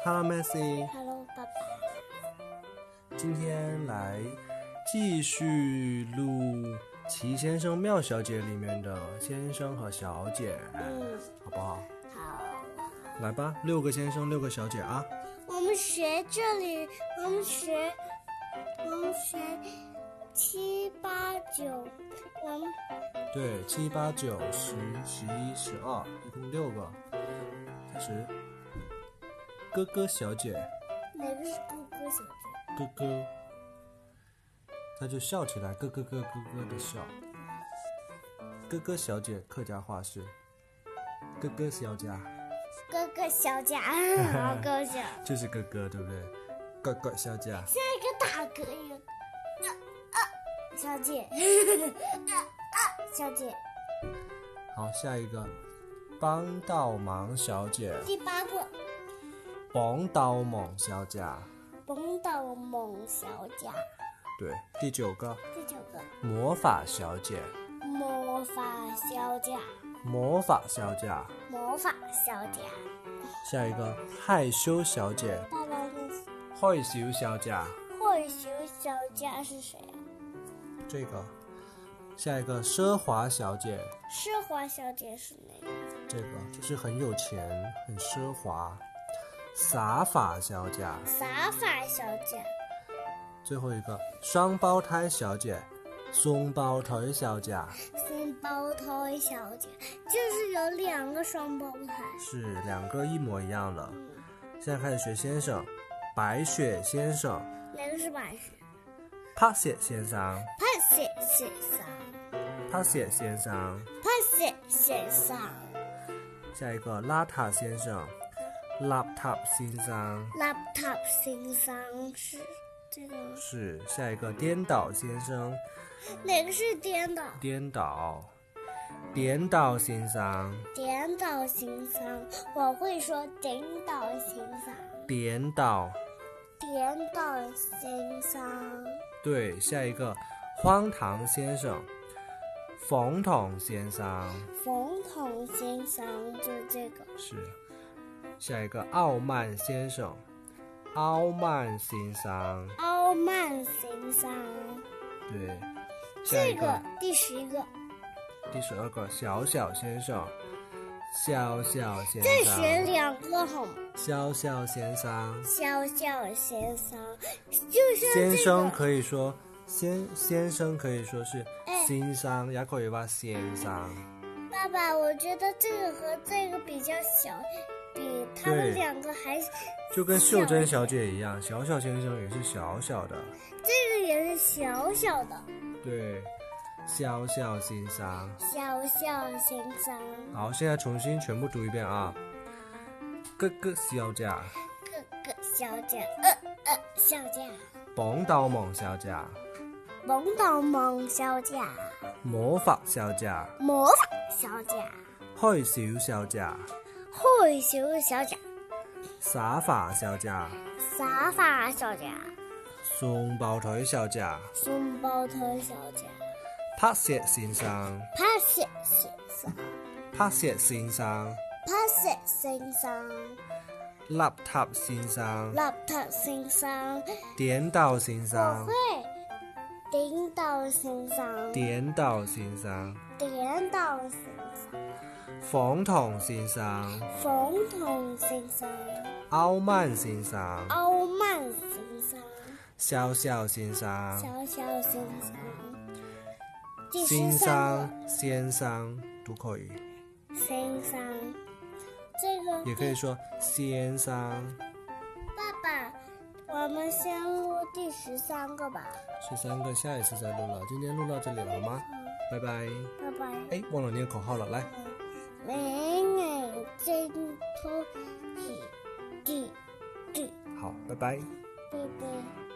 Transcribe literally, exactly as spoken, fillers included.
Hello Messi。 Hello 爸爸。 今天来继续录《奇先生妙小姐》里面的先生和小姐， 嗯， 好不好？ 好。 来吧，六个先生，六个小姐啊。 我们学这里，我们学，我们学七八九，我们对，七八九十十一十二，一共六个。开始，哥哥小姐， 哪个是哥哥小姐？ 哥哥，他就笑起来，咯咯咯咯咯的笑。哥哥小姐客家话是哥哥小姐， 哥哥小姐，好搞笑。 就是哥哥，对不对？哥哥小姐， 像一个大哥一样。啊啊，小姐，啊啊，小姐。 好，下一个，帮倒忙小姐， 第八个， 帮倒忙小姐， 帮倒忙小姐。 对，第九个， 第九个， 魔法小姐， 魔法小姐， 魔法小姐。 魔法小姐。 下一个，害羞小姐， 爸爸你害羞小姐， 害羞小姐是谁啊？ 这个。下一个，奢华小姐， 奢华小姐是哪个？ 这个就是很有钱，很奢华。洒发小姐， 洒发小姐。 最后一个，双胞胎小姐，双胞胎小姐， 双胞胎小姐就是有两个双胞胎， 是两个一模一样的。现在开始学先生，白雪先生， 哪个是白雪？ 帕雪先生， 帕雪先生， 帕雪先生。 帕雪先生。 下一个，邋遢先生，邋遢先生。 laptop 先生是这个， 是下一个，颠倒先生， 哪个是颠倒？ 颠倒，颠倒先生， 颠倒先生，我会说颠倒先生， 颠倒。 颠倒先生。 对，下一个，荒唐先生，冯统先生。 冯统先生就是这个。 是下一个，傲慢先生，傲慢先生。 傲慢先生。 对，下这一个， 个第十一个， 第十二个，小小先生，小小先再学生， 两个好吗？ 小小先生。 小小先生，就像这个先生可以说先先生可以说是哎先生，也可以话先生。 爸爸，我觉得这个和这个比较小，比他们对两个还， 就跟秀珍小姐一样，小小先生也是小小的。 这个也是小小的。 对，小小先生。 小小先生， 好，现在重新全部读一遍啊。哥哥小姐， 哥哥小姐，呃呃，小姐， 帮倒忙小姐， 梦到梦小姐， 魔法小姐， 魔法小姐， 害羞小姐， 害羞小姐， 洒发小姐， 沙发小姐， 双胞胎小姐， 双胞胎小姐， 拍雪先生， 帕雪先生， 拍雪先生， 帕雪先生， 邋遢先生， 邋遢先生， 颠倒先我生会，颠倒先生， 颠倒先生， 颠倒先生， 冯统先生， 冯统先生， 傲慢先生， 傲慢先生， 小小先生， 小小先生。第先十三生先生都可以， 个先生，这个也可以说先生。 爸爸，我们先录第十三个吧。 十三个，下一次再录了。今天录到这里了，好吗？拜拜。 拜拜。 哎，忘了念口号了，来。 美美珍珠喜地地， 好，拜拜。 拜拜。